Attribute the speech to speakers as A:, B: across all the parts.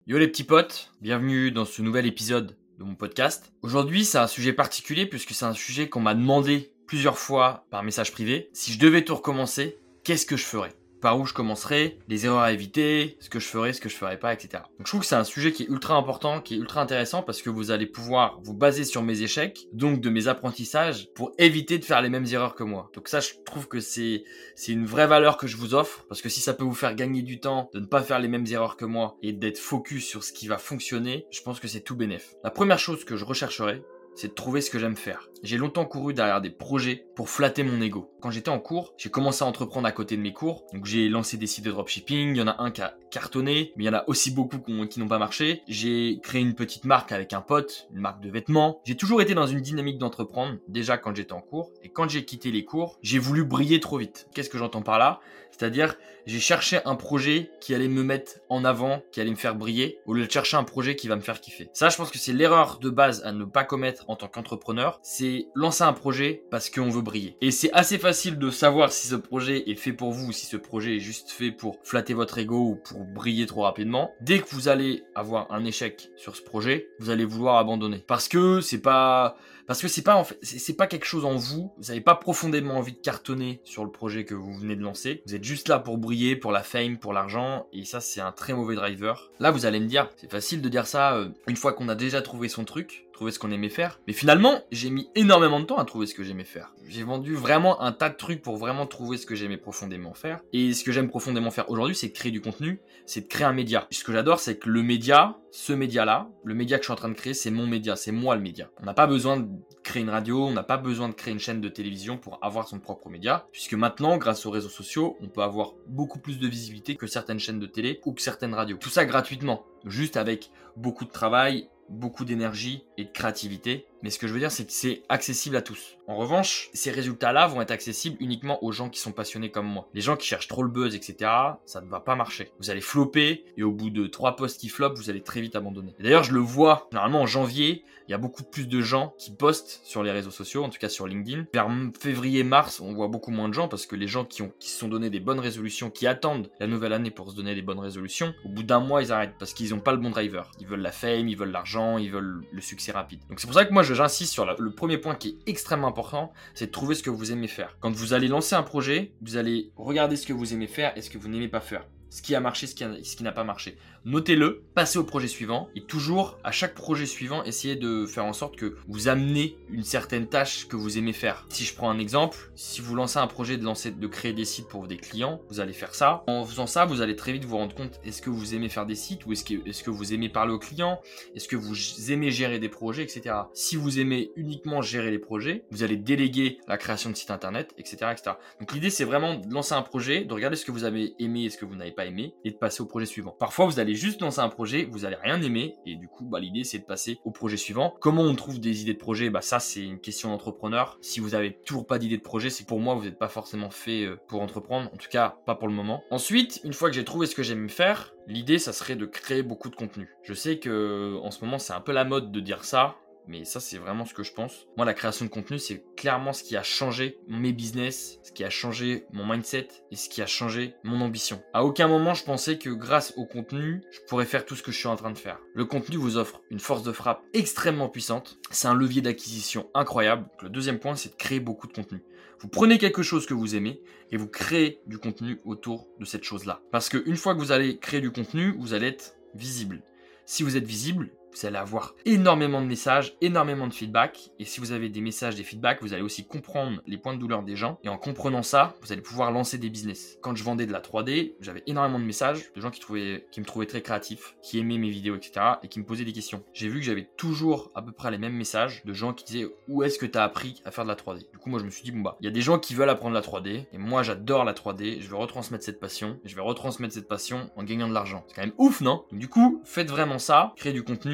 A: Yo les petits potes, bienvenue dans ce nouvel épisode de mon podcast. Aujourd'hui, c'est un sujet particulier puisque c'est un sujet qu'on m'a demandé plusieurs fois par message privé. Si je devais tout recommencer, qu'est-ce que je ferais ? Par où je commencerais, les erreurs à éviter, ce que je ferais pas, etc. Donc je trouve que c'est un sujet qui est ultra important, qui est ultra intéressant parce que vous allez pouvoir vous baser sur mes échecs, donc de mes apprentissages, pour éviter de faire les mêmes erreurs que moi. Donc ça, je trouve que c'est une vraie valeur que je vous offre, parce que si ça peut vous faire gagner du temps, de ne pas faire les mêmes erreurs que moi, et d'être focus sur ce qui va fonctionner, je pense que c'est tout bénef. La première chose que je rechercherais, c'est de trouver ce que j'aime faire. J'ai longtemps couru derrière des projets pour flatter mon ego. Quand j'étais en cours, j'ai commencé à entreprendre à côté de mes cours. Donc j'ai lancé des sites de dropshipping, il y en a un qui a cartonné, mais il y en a aussi beaucoup qui n'ont pas marché. J'ai créé une petite marque avec un pote, une marque de vêtements. J'ai toujours été dans une dynamique d'entreprendre, déjà quand j'étais en cours. Et quand j'ai quitté les cours, j'ai voulu briller trop vite. Qu'est-ce que j'entends par là ? C'est-à-dire, j'ai cherché un projet qui allait me mettre en avant, qui allait me faire briller, au lieu de chercher un projet qui va me faire kiffer. Ça, je pense que c'est l'erreur de base à ne pas commettre en tant qu'entrepreneur, c'est lancer un projet parce qu'on veut briller. Et c'est assez facile de savoir si ce projet est fait pour vous ou si ce projet est juste fait pour flatter votre ego ou pour briller trop rapidement. Dès que vous allez avoir un échec sur ce projet, vous allez vouloir abandonner. Parce que c'est pas quelque chose en vous. Vous n'avez pas profondément envie de cartonner sur le projet que vous venez de lancer. Vous êtes juste là pour briller, pour la fame, pour l'argent. Et ça, c'est un très mauvais driver. Là, vous allez me dire, c'est facile de dire ça une fois qu'on a déjà trouvé son truc, trouvé ce qu'on aimait faire. Mais finalement, j'ai mis énormément de temps à trouver ce que j'aimais faire. J'ai vendu vraiment un tas de trucs pour vraiment trouver ce que j'aimais profondément faire. Et ce que j'aime profondément faire aujourd'hui, c'est de créer du contenu, c'est de créer un média. Ce que j'adore, c'est que le média, ce média-là, le média que je suis en train de créer, c'est mon média, c'est moi le média. On n'a pas besoin de créer une radio, on n'a pas besoin de créer une chaîne de télévision pour avoir son propre média, puisque maintenant, grâce aux réseaux sociaux, on peut avoir beaucoup plus de visibilité que certaines chaînes de télé ou que certaines radios. Tout ça gratuitement, juste avec beaucoup de travail, beaucoup d'énergie et de créativité. Mais ce que je veux dire, c'est que c'est accessible à tous. En revanche, ces résultats-là vont être accessibles uniquement aux gens qui sont passionnés comme moi. Les gens qui cherchent trop le buzz, etc., ça ne va pas marcher. Vous allez flopper, et au bout de 3 posts qui flopent, vous allez très vite abandonner. Et d'ailleurs, je le vois, généralement en janvier, il y a beaucoup plus de gens qui postent sur les réseaux sociaux, en tout cas sur LinkedIn. Vers février-mars, on voit beaucoup moins de gens, parce que les gens qui se sont donné des bonnes résolutions, qui attendent la nouvelle année pour se donner des bonnes résolutions, au bout d'un mois, ils arrêtent, parce qu'ils n'ont pas le bon driver. Ils veulent la fame, ils veulent l'argent, ils veulent le succès rapide. Donc c'est pour ça que moi, j'insiste sur le premier point qui est extrêmement important, c'est de trouver ce que vous aimez faire. Quand vous allez lancer un projet, vous allez regarder ce que vous aimez faire et ce que vous n'aimez pas faire. Ce qui a marché, ce qui n'a pas marché. Notez-le, passez au projet suivant et toujours, à chaque projet suivant, essayez de faire en sorte que vous amenez une certaine tâche que vous aimez faire. Si je prends un exemple, si vous lancez un projet de créer des sites pour des clients, vous allez faire ça. En faisant ça, vous allez très vite vous rendre compte, est-ce que vous aimez faire des sites ou est-ce que vous aimez parler aux clients? Est-ce que vous aimez gérer des projets, etc. Si vous aimez uniquement gérer les projets, vous allez déléguer la création de sites internet, etc., etc. Donc l'idée, c'est vraiment de lancer un projet, de regarder ce que vous avez aimé et ce que vous n'avez pas aimé et de passer au projet suivant. Parfois, vous allez juste lancer un projet, vous allez rien aimer et du coup, l'idée, c'est de passer au projet suivant. Comment on trouve des idées de projet? Ça, c'est une question d'entrepreneur. Si vous avez toujours pas d'idée de projet, c'est que pour moi, vous n'êtes pas forcément fait pour entreprendre. En tout cas, pas pour le moment. Ensuite, une fois que j'ai trouvé ce que j'aime faire, l'idée, ça serait de créer beaucoup de contenu. Je sais que en ce moment, c'est un peu la mode de dire ça. Mais ça, c'est vraiment ce que je pense. Moi, la création de contenu, c'est clairement ce qui a changé mes business, ce qui a changé mon mindset et ce qui a changé mon ambition. À aucun moment, je pensais que grâce au contenu, je pourrais faire tout ce que je suis en train de faire. Le contenu vous offre une force de frappe extrêmement puissante. C'est un levier d'acquisition incroyable. Donc, le deuxième point, c'est de créer beaucoup de contenu. Vous prenez quelque chose que vous aimez et vous créez du contenu autour de cette chose-là. Parce qu'une fois que vous allez créer du contenu, vous allez être visible. Si vous êtes visible, vous allez avoir énormément de messages, énormément de feedback. Et si vous avez des messages, des feedbacks, vous allez aussi comprendre les points de douleur des gens. Et en comprenant ça, vous allez pouvoir lancer des business. Quand je vendais de la 3D, j'avais énormément de messages de gens qui me trouvaient très créatif, qui aimaient mes vidéos, etc. et qui me posaient des questions. J'ai vu que j'avais toujours à peu près les mêmes messages de gens qui disaient « Où est-ce que tu as appris à faire de la 3D ?» Du coup, moi, je me suis dit « il y a des gens qui veulent apprendre la 3D. Et moi, j'adore la 3D. Je vais retransmettre cette passion. Et je vais retransmettre cette passion en gagnant de l'argent. » C'est quand même ouf, non? Donc, du coup, faites vraiment ça. Créez du contenu.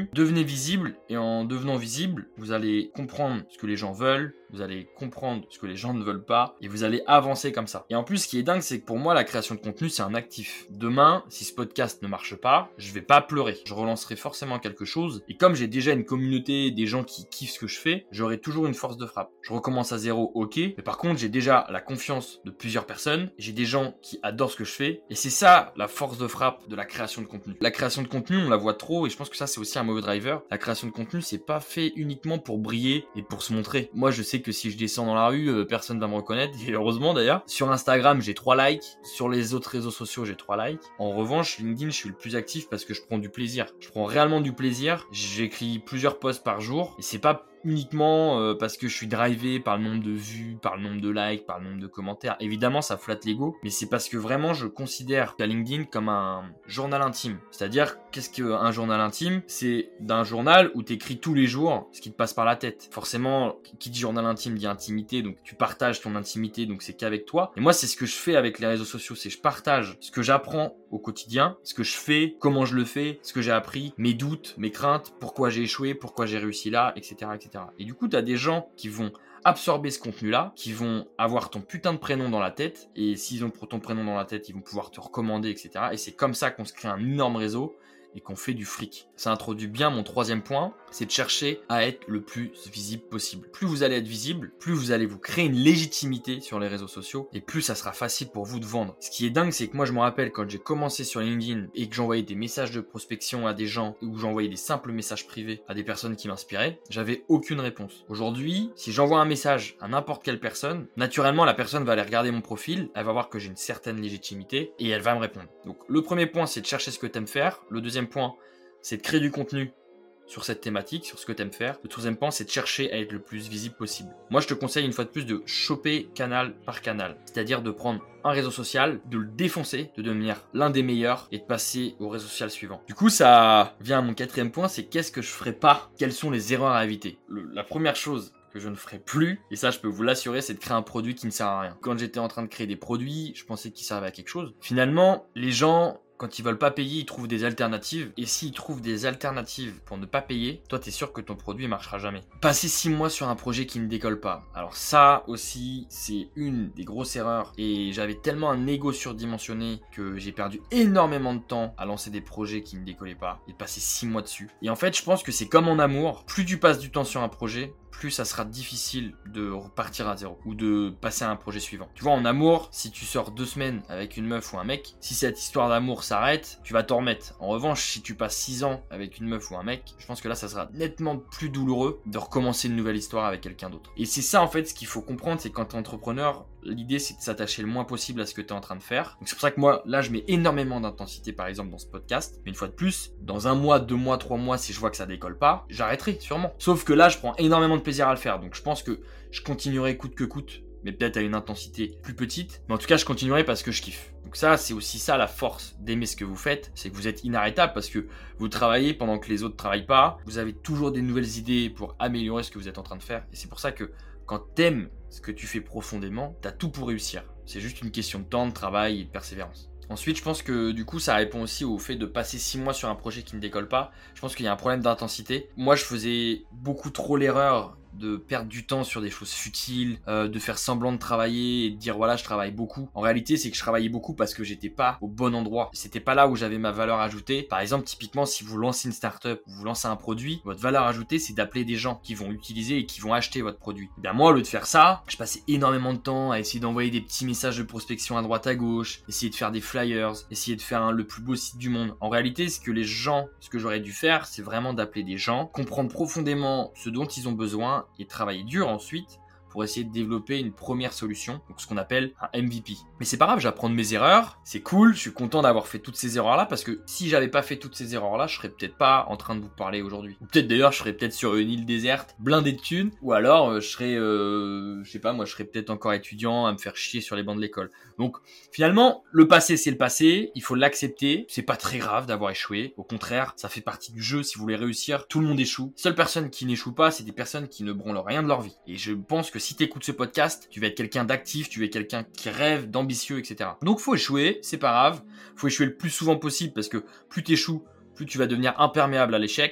A: contenu, devenez visible et en devenant visible, vous allez comprendre ce que les gens veulent, vous allez comprendre ce que les gens ne veulent pas et vous allez avancer comme ça. Et en plus, ce qui est dingue, c'est que pour moi, la création de contenu, c'est un actif. Demain, si ce podcast ne marche pas, je vais pas pleurer. Je relancerai forcément quelque chose et comme j'ai déjà une communauté, des gens qui kiffent ce que je fais, j'aurai toujours une force de frappe. Je recommence à zéro, ok, mais par contre, j'ai déjà la confiance de plusieurs personnes, j'ai des gens qui adorent ce que je fais et c'est ça la force de frappe de la création de contenu. La création de contenu, on la voit trop et je pense que ça, c'est aussi un mauvais driver. La création de contenu, c'est pas fait uniquement pour briller et pour se montrer. Moi, je sais que si je descends dans la rue, personne va me reconnaître, et heureusement d'ailleurs. Sur Instagram, j'ai 3 likes. Sur les autres réseaux sociaux, j'ai 3 likes. En revanche, LinkedIn, je suis le plus actif parce que je prends du plaisir. Je prends réellement du plaisir. J'écris plusieurs posts par jour, et c'est pas uniquement parce que je suis drivé par le nombre de vues, par le nombre de likes, par le nombre de commentaires. Évidemment, ça flatte l'ego, mais c'est parce que vraiment, je considère la LinkedIn comme un journal intime. C'est-à-dire, qu'est-ce qu'un journal intime ? C'est d'un journal où tu écris tous les jours ce qui te passe par la tête. Forcément, qui dit journal intime dit intimité, donc tu partages ton intimité, donc c'est qu'avec toi. Et moi, c'est ce que je fais avec les réseaux sociaux, c'est je partage ce que j'apprends au quotidien, ce que je fais, comment je le fais, ce que j'ai appris, mes doutes, mes craintes, pourquoi j'ai échoué, pourquoi j'ai réussi là, etc., etc. Et du coup, tu as des gens qui vont absorber ce contenu-là, qui vont avoir ton putain de prénom dans la tête, et s'ils ont ton prénom dans la tête, ils vont pouvoir te recommander, etc. Et c'est comme ça qu'on se crée un énorme réseau et qu'on fait du fric. Ça introduit bien mon troisième point, c'est de chercher à être le plus visible possible. Plus vous allez être visible, plus vous allez vous créer une légitimité sur les réseaux sociaux et plus ça sera facile pour vous de vendre. Ce qui est dingue, c'est que moi je me rappelle quand j'ai commencé sur LinkedIn et que j'envoyais des messages de prospection à des gens ou j'envoyais des simples messages privés à des personnes qui m'inspiraient, j'avais aucune réponse. Aujourd'hui, si j'envoie un message à n'importe quelle personne, naturellement la personne va aller regarder mon profil, elle va voir que j'ai une certaine légitimité et elle va me répondre. Donc le premier point, c'est de chercher ce que tu aimes faire. Le deuxième point, c'est de créer du contenu sur cette thématique, sur ce que tu aimes faire. Le troisième point, c'est de chercher à être le plus visible possible. Moi, je te conseille une fois de plus de choper canal par canal. C'est-à-dire de prendre un réseau social, de le défoncer, de devenir l'un des meilleurs et de passer au réseau social suivant. Du coup, ça vient à mon quatrième point, c'est qu'est-ce que je ferais pas ? Quelles sont les erreurs à éviter ? La première chose que je ne ferai plus, et ça je peux vous l'assurer, c'est de créer un produit qui ne sert à rien. Quand j'étais en train de créer des produits, je pensais qu'ils servaient à quelque chose. Finalement, les gens, quand ils veulent pas payer, ils trouvent des alternatives. Et s'ils trouvent des alternatives pour ne pas payer, toi t'es sûr que ton produit marchera jamais. Passer 6 mois sur un projet qui ne décolle pas. Alors ça aussi, c'est une des grosses erreurs. Et j'avais tellement un ego surdimensionné que j'ai perdu énormément de temps à lancer des projets qui ne décollaient pas. Et de passer 6 mois dessus. Et en fait, je pense que c'est comme en amour. Plus tu passes du temps sur un projet, plus ça sera difficile de repartir à zéro ou de passer à un projet suivant. Tu vois, en amour, si tu sors 2 semaines avec une meuf ou un mec, si cette histoire d'amour s'arrête, tu vas t'en remettre. En revanche, si tu passes 6 ans avec une meuf ou un mec, je pense que là, ça sera nettement plus douloureux de recommencer une nouvelle histoire avec quelqu'un d'autre. Et c'est ça, en fait, ce qu'il faut comprendre, c'est que quand t'es entrepreneur, l'idée, c'est de s'attacher le moins possible à ce que tu es en train de faire. Donc c'est pour ça que moi, là, je mets énormément d'intensité, par exemple, dans ce podcast. Mais une fois de plus, dans 1 mois, 2 mois, 3 mois, si je vois que ça décolle pas, j'arrêterai, sûrement. Sauf que là, je prends énormément de plaisir à le faire. Donc je pense que je continuerai coûte que coûte, mais peut-être à une intensité plus petite. Mais en tout cas, je continuerai parce que je kiffe. Donc ça, c'est aussi ça la force d'aimer ce que vous faites, c'est que vous êtes inarrêtable parce que vous travaillez pendant que les autres travaillent pas. Vous avez toujours des nouvelles idées pour améliorer ce que vous êtes en train de faire. Et c'est pour ça que quand t'aimes ce que tu fais profondément, t'as tout pour réussir. C'est juste une question de temps, de travail et de persévérance. Ensuite, je pense que du coup, ça répond aussi au fait de passer 6 mois sur un projet qui ne décolle pas. Je pense qu'il y a un problème d'intensité. Moi, je faisais beaucoup trop l'erreur de perdre du temps sur des choses futiles, de faire semblant de travailler et de dire voilà je travaille beaucoup. En réalité c'est que je travaillais beaucoup parce que j'étais pas au bon endroit. C'était pas là où j'avais ma valeur ajoutée. Par exemple typiquement si vous lancez une startup ou vous lancez un produit, votre valeur ajoutée c'est d'appeler des gens qui vont utiliser et qui vont acheter votre produit. Et bien moi au lieu de faire ça, je passais énormément de temps à essayer d'envoyer des petits messages de prospection à droite à gauche, essayer de faire des flyers, essayer de faire le plus beau site du monde. En réalité ce que j'aurais dû faire c'est vraiment d'appeler des gens, comprendre profondément ce dont ils ont besoin et travailler dur ensuite pour essayer de développer une première solution, donc ce qu'on appelle un MVP. Mais c'est pas grave, j'apprends de mes erreurs, c'est cool, je suis content d'avoir fait toutes ces erreurs-là, parce que si j'avais pas fait toutes ces erreurs-là, je serais peut-être pas en train de vous parler aujourd'hui. Ou peut-être d'ailleurs, je serais peut-être sur une île déserte, blindée de thunes, ou alors je serais, je sais pas, moi je serais peut-être encore étudiant à me faire chier sur les bancs de l'école. Donc finalement, le passé c'est le passé, il faut l'accepter, c'est pas très grave d'avoir échoué, au contraire, ça fait partie du jeu, si vous voulez réussir, tout le monde échoue. Seule personne qui n'échoue pas, c'est des personnes qui ne branlent rien de leur vie. Et je pense que si t'écoutes ce podcast, tu vas être quelqu'un d'actif, tu vas être quelqu'un qui rêve, d'ambitieux, etc. Donc faut échouer, c'est pas grave, faut échouer le plus souvent possible parce que plus t'échoues, plus tu vas devenir imperméable à l'échec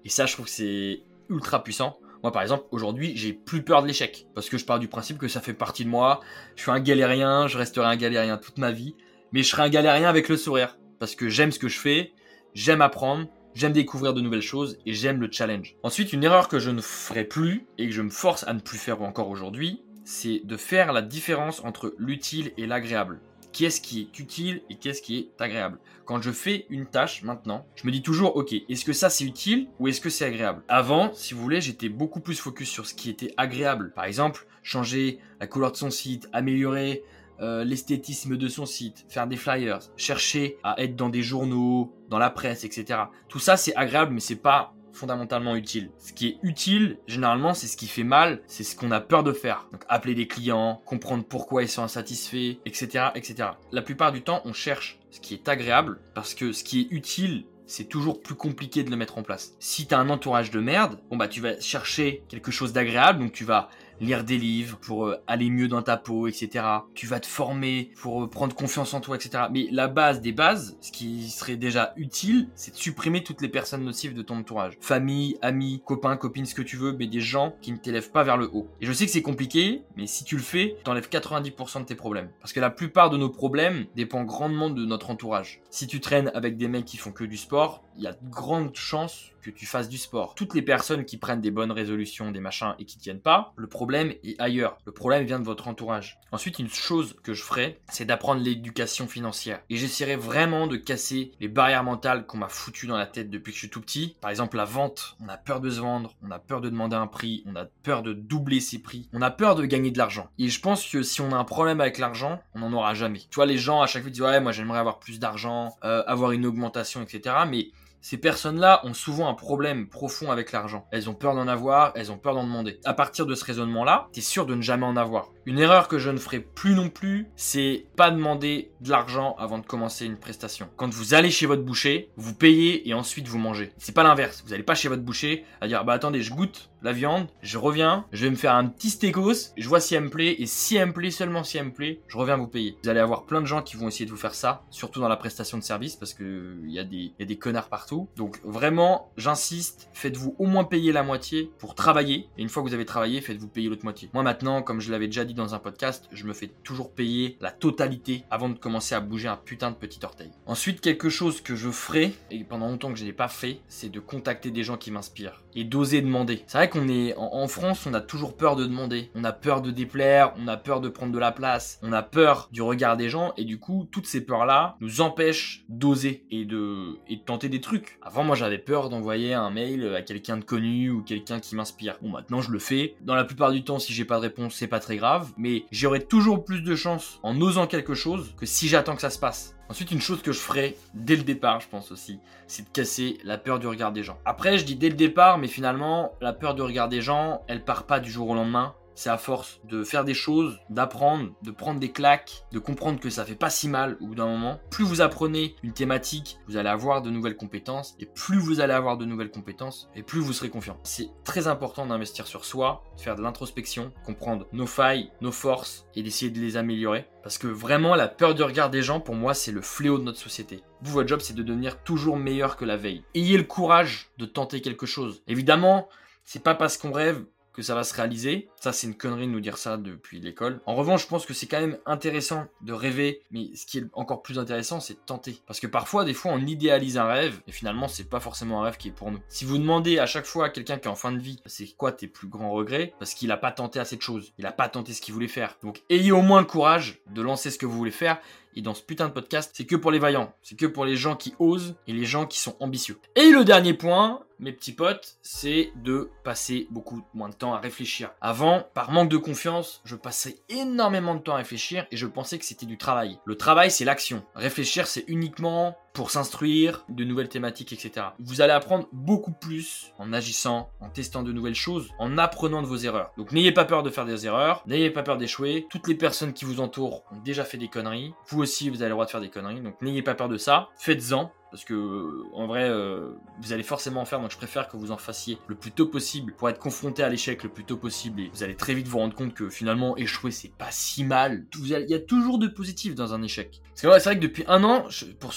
A: Et ça, je trouve que c'est ultra puissant. Moi, par exemple, aujourd'hui, j'ai plus peur de l'échec. Parce que je pars du principe que ça fait partie de moi. Je suis un galérien, je resterai un galérien toute ma vie. Mais je serai un galérien avec le sourire. Parce que j'aime ce que je fais, j'aime apprendre, j'aime découvrir de nouvelles choses et j'aime le challenge. Ensuite, une erreur que je ne ferai plus et que je me force à ne plus faire encore aujourd'hui, c'est de faire la différence entre l'utile et l'agréable. Qu'est-ce qui est utile et qu'est-ce qui est agréable. Quand je fais une tâche maintenant, je me dis toujours, ok, est-ce que ça c'est utile ou est-ce que c'est agréable? Avant, si vous voulez, j'étais beaucoup plus focus sur ce qui était agréable. Par exemple, changer la couleur de son site, améliorer l'esthétisme de son site, faire des flyers, chercher à être dans des journaux, dans la presse, etc. Tout ça c'est agréable mais c'est pas fondamentalement utile. Ce qui est utile, généralement, c'est ce qui fait mal, c'est ce qu'on a peur de faire. Donc appeler des clients, comprendre pourquoi ils sont insatisfaits, etc., etc. La plupart du temps, on cherche ce qui est agréable parce que ce qui est utile, c'est toujours plus compliqué de le mettre en place. Si tu as un entourage de merde, bon bah tu vas chercher quelque chose d'agréable, donc tu vas lire des livres pour aller mieux dans ta peau, etc. Tu vas te former pour prendre confiance en toi, etc. Mais la base des bases, ce qui serait déjà utile, c'est de supprimer toutes les personnes nocives de ton entourage. Famille, amis, copains, copines, ce que tu veux, mais des gens qui ne t'élèvent pas vers le haut. Et je sais que c'est compliqué, mais si tu le fais, t'enlèves 90% de tes problèmes. Parce que la plupart de nos problèmes dépendent grandement de notre entourage. Si tu traînes avec des mecs qui font que du sport, il y a de grandes chances que tu fasses du sport. Toutes les personnes qui prennent des bonnes résolutions, des machins et qui tiennent pas, le problème est ailleurs. Le problème vient de votre entourage. Ensuite, une chose que je ferai, c'est d'apprendre l'éducation financière. Et j'essaierai vraiment de casser les barrières mentales qu'on m'a foutues dans la tête depuis que je suis tout petit. Par exemple, la vente. On a peur de se vendre, on a peur de demander un prix, on a peur de doubler ses prix, on a peur de gagner de l'argent. Et je pense que si on a un problème avec l'argent, on n'en aura jamais. Tu vois, les gens à chaque fois disent ouais, moi j'aimerais avoir plus d'argent, avoir une augmentation, etc. Mais ces personnes-là ont souvent un problème profond avec l'argent. Elles ont peur d'en avoir, elles ont peur d'en demander. À partir de ce raisonnement-là, t'es sûr de ne jamais en avoir. Une erreur que je ne ferai plus non plus, c'est pas demander de l'argent avant de commencer une prestation. Quand vous allez chez votre boucher, vous payez et ensuite vous mangez. C'est pas l'inverse. Vous allez pas chez votre boucher à dire bah attendez, je goûte la viande, je reviens, je vais me faire un petit steakos, je vois si elle me plaît et si elle me plaît, seulement si elle me plaît, je reviens vous payer. Vous allez avoir plein de gens qui vont essayer de vous faire ça, surtout dans la prestation de service parce que il y a des connards partout. Donc vraiment, j'insiste, faites-vous au moins payer la moitié pour travailler et une fois que vous avez travaillé, faites-vous payer l'autre moitié. Moi maintenant, comme je l'avais déjà dit dans un podcast, je me fais toujours payer la totalité avant de commencer à bouger un putain de petit orteil. Ensuite, quelque chose que je ferai et pendant longtemps que je n'ai pas fait, c'est de contacter des gens qui m'inspirent et d'oser demander. C'est vrai qu'on est en France, on a toujours peur de demander. On a peur de déplaire, on a peur de prendre de la place, on a peur du regard des gens et du coup, toutes ces peurs-là nous empêchent d'oser et de tenter des trucs. Avant, moi, j'avais peur d'envoyer un mail à quelqu'un de connu ou quelqu'un qui m'inspire. Bon, maintenant, je le fais. Dans la plupart du temps, si j'ai pas de réponse, c'est pas très grave, mais j'aurai toujours plus de chance en osant quelque chose que si j'attends que ça se passe. Ensuite, une chose que je ferai dès le départ, je pense aussi, c'est de casser la peur du regard des gens. Après, je dis dès le départ, mais finalement, la peur du regard des gens, elle part pas du jour au lendemain. C'est à force de faire des choses, d'apprendre, de prendre des claques, de comprendre que ça fait pas si mal au bout d'un moment. Plus vous apprenez une thématique, vous allez avoir de nouvelles compétences. Et plus vous allez avoir de nouvelles compétences, et plus vous serez confiant. C'est très important d'investir sur soi, de faire de l'introspection, comprendre nos failles, nos forces, et d'essayer de les améliorer. Parce que vraiment, la peur du regard des gens, pour moi, c'est le fléau de notre société. Vous, votre job, c'est de devenir toujours meilleur que la veille. Ayez le courage de tenter quelque chose. Évidemment, c'est pas parce qu'on rêve que ça va se réaliser. Ça, c'est une connerie de nous dire ça depuis l'école. En revanche, je pense que c'est quand même intéressant de rêver, mais ce qui est encore plus intéressant, c'est de tenter. Parce que parfois, des fois, on idéalise un rêve, et finalement, c'est pas forcément un rêve qui est pour nous. Si vous demandez à chaque fois à quelqu'un qui est en fin de vie, c'est quoi tes plus grands regrets? Parce qu'il a pas tenté assez de choses. Il a pas tenté ce qu'il voulait faire. Donc, ayez au moins le courage de lancer ce que vous voulez faire. Et dans ce putain de podcast, c'est que pour les vaillants. C'est que pour les gens qui osent et les gens qui sont ambitieux. Et le dernier point, mes petits potes, c'est de passer beaucoup moins de temps à réfléchir. Avant, par manque de confiance, je passais énormément de temps à réfléchir et je pensais que c'était du travail. Le travail, c'est l'action. Réfléchir, c'est uniquement pour s'instruire, de nouvelles thématiques, etc. Vous allez apprendre beaucoup plus en agissant, en testant de nouvelles choses, en apprenant de vos erreurs. Donc n'ayez pas peur de faire des erreurs, n'ayez pas peur d'échouer. Toutes les personnes qui vous entourent ont déjà fait des conneries. Vous aussi, vous avez le droit de faire des conneries, donc n'ayez pas peur de ça. Faites-en. Parce que, en vrai, vous allez forcément en faire, donc je préfère que vous en fassiez le plus tôt possible pour être confronté à l'échec le plus tôt possible et vous allez très vite vous rendre compte que finalement, échouer, c'est pas si mal. Il y a toujours de positif dans un échec. Parce que ouais, c'est vrai que depuis un an, pour ceux qui me connaissent,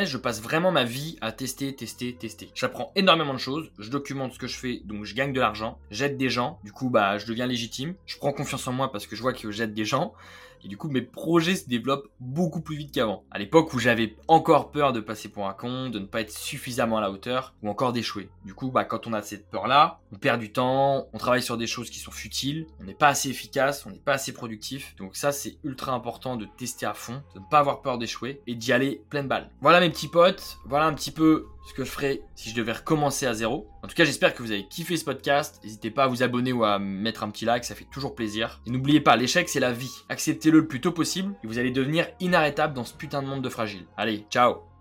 A: business, je passe vraiment ma vie à tester. J'apprends énormément de choses, je documente ce que je fais, donc je gagne de l'argent, j'aide des gens, du coup je deviens légitime, je prends confiance en moi parce que je vois que j'aide des gens. Et du coup, mes projets se développent beaucoup plus vite qu'avant. À l'époque où j'avais encore peur de passer pour un con, de ne pas être suffisamment à la hauteur, ou encore d'échouer. Du coup, quand on a cette peur-là, on perd du temps, on travaille sur des choses qui sont futiles, on n'est pas assez efficace, on n'est pas assez productif. Donc ça, c'est ultra important de tester à fond, de ne pas avoir peur d'échouer et d'y aller pleine balle. Voilà mes petits potes, voilà un petit peu ce que je ferais si je devais recommencer à zéro. En tout cas, j'espère que vous avez kiffé ce podcast. N'hésitez pas à vous abonner ou à mettre un petit like, ça fait toujours plaisir. Et n'oubliez pas, l'échec, c'est la vie. Acceptez-le le plus tôt possible et vous allez devenir inarrêtable dans ce putain de monde de fragile. Allez, ciao!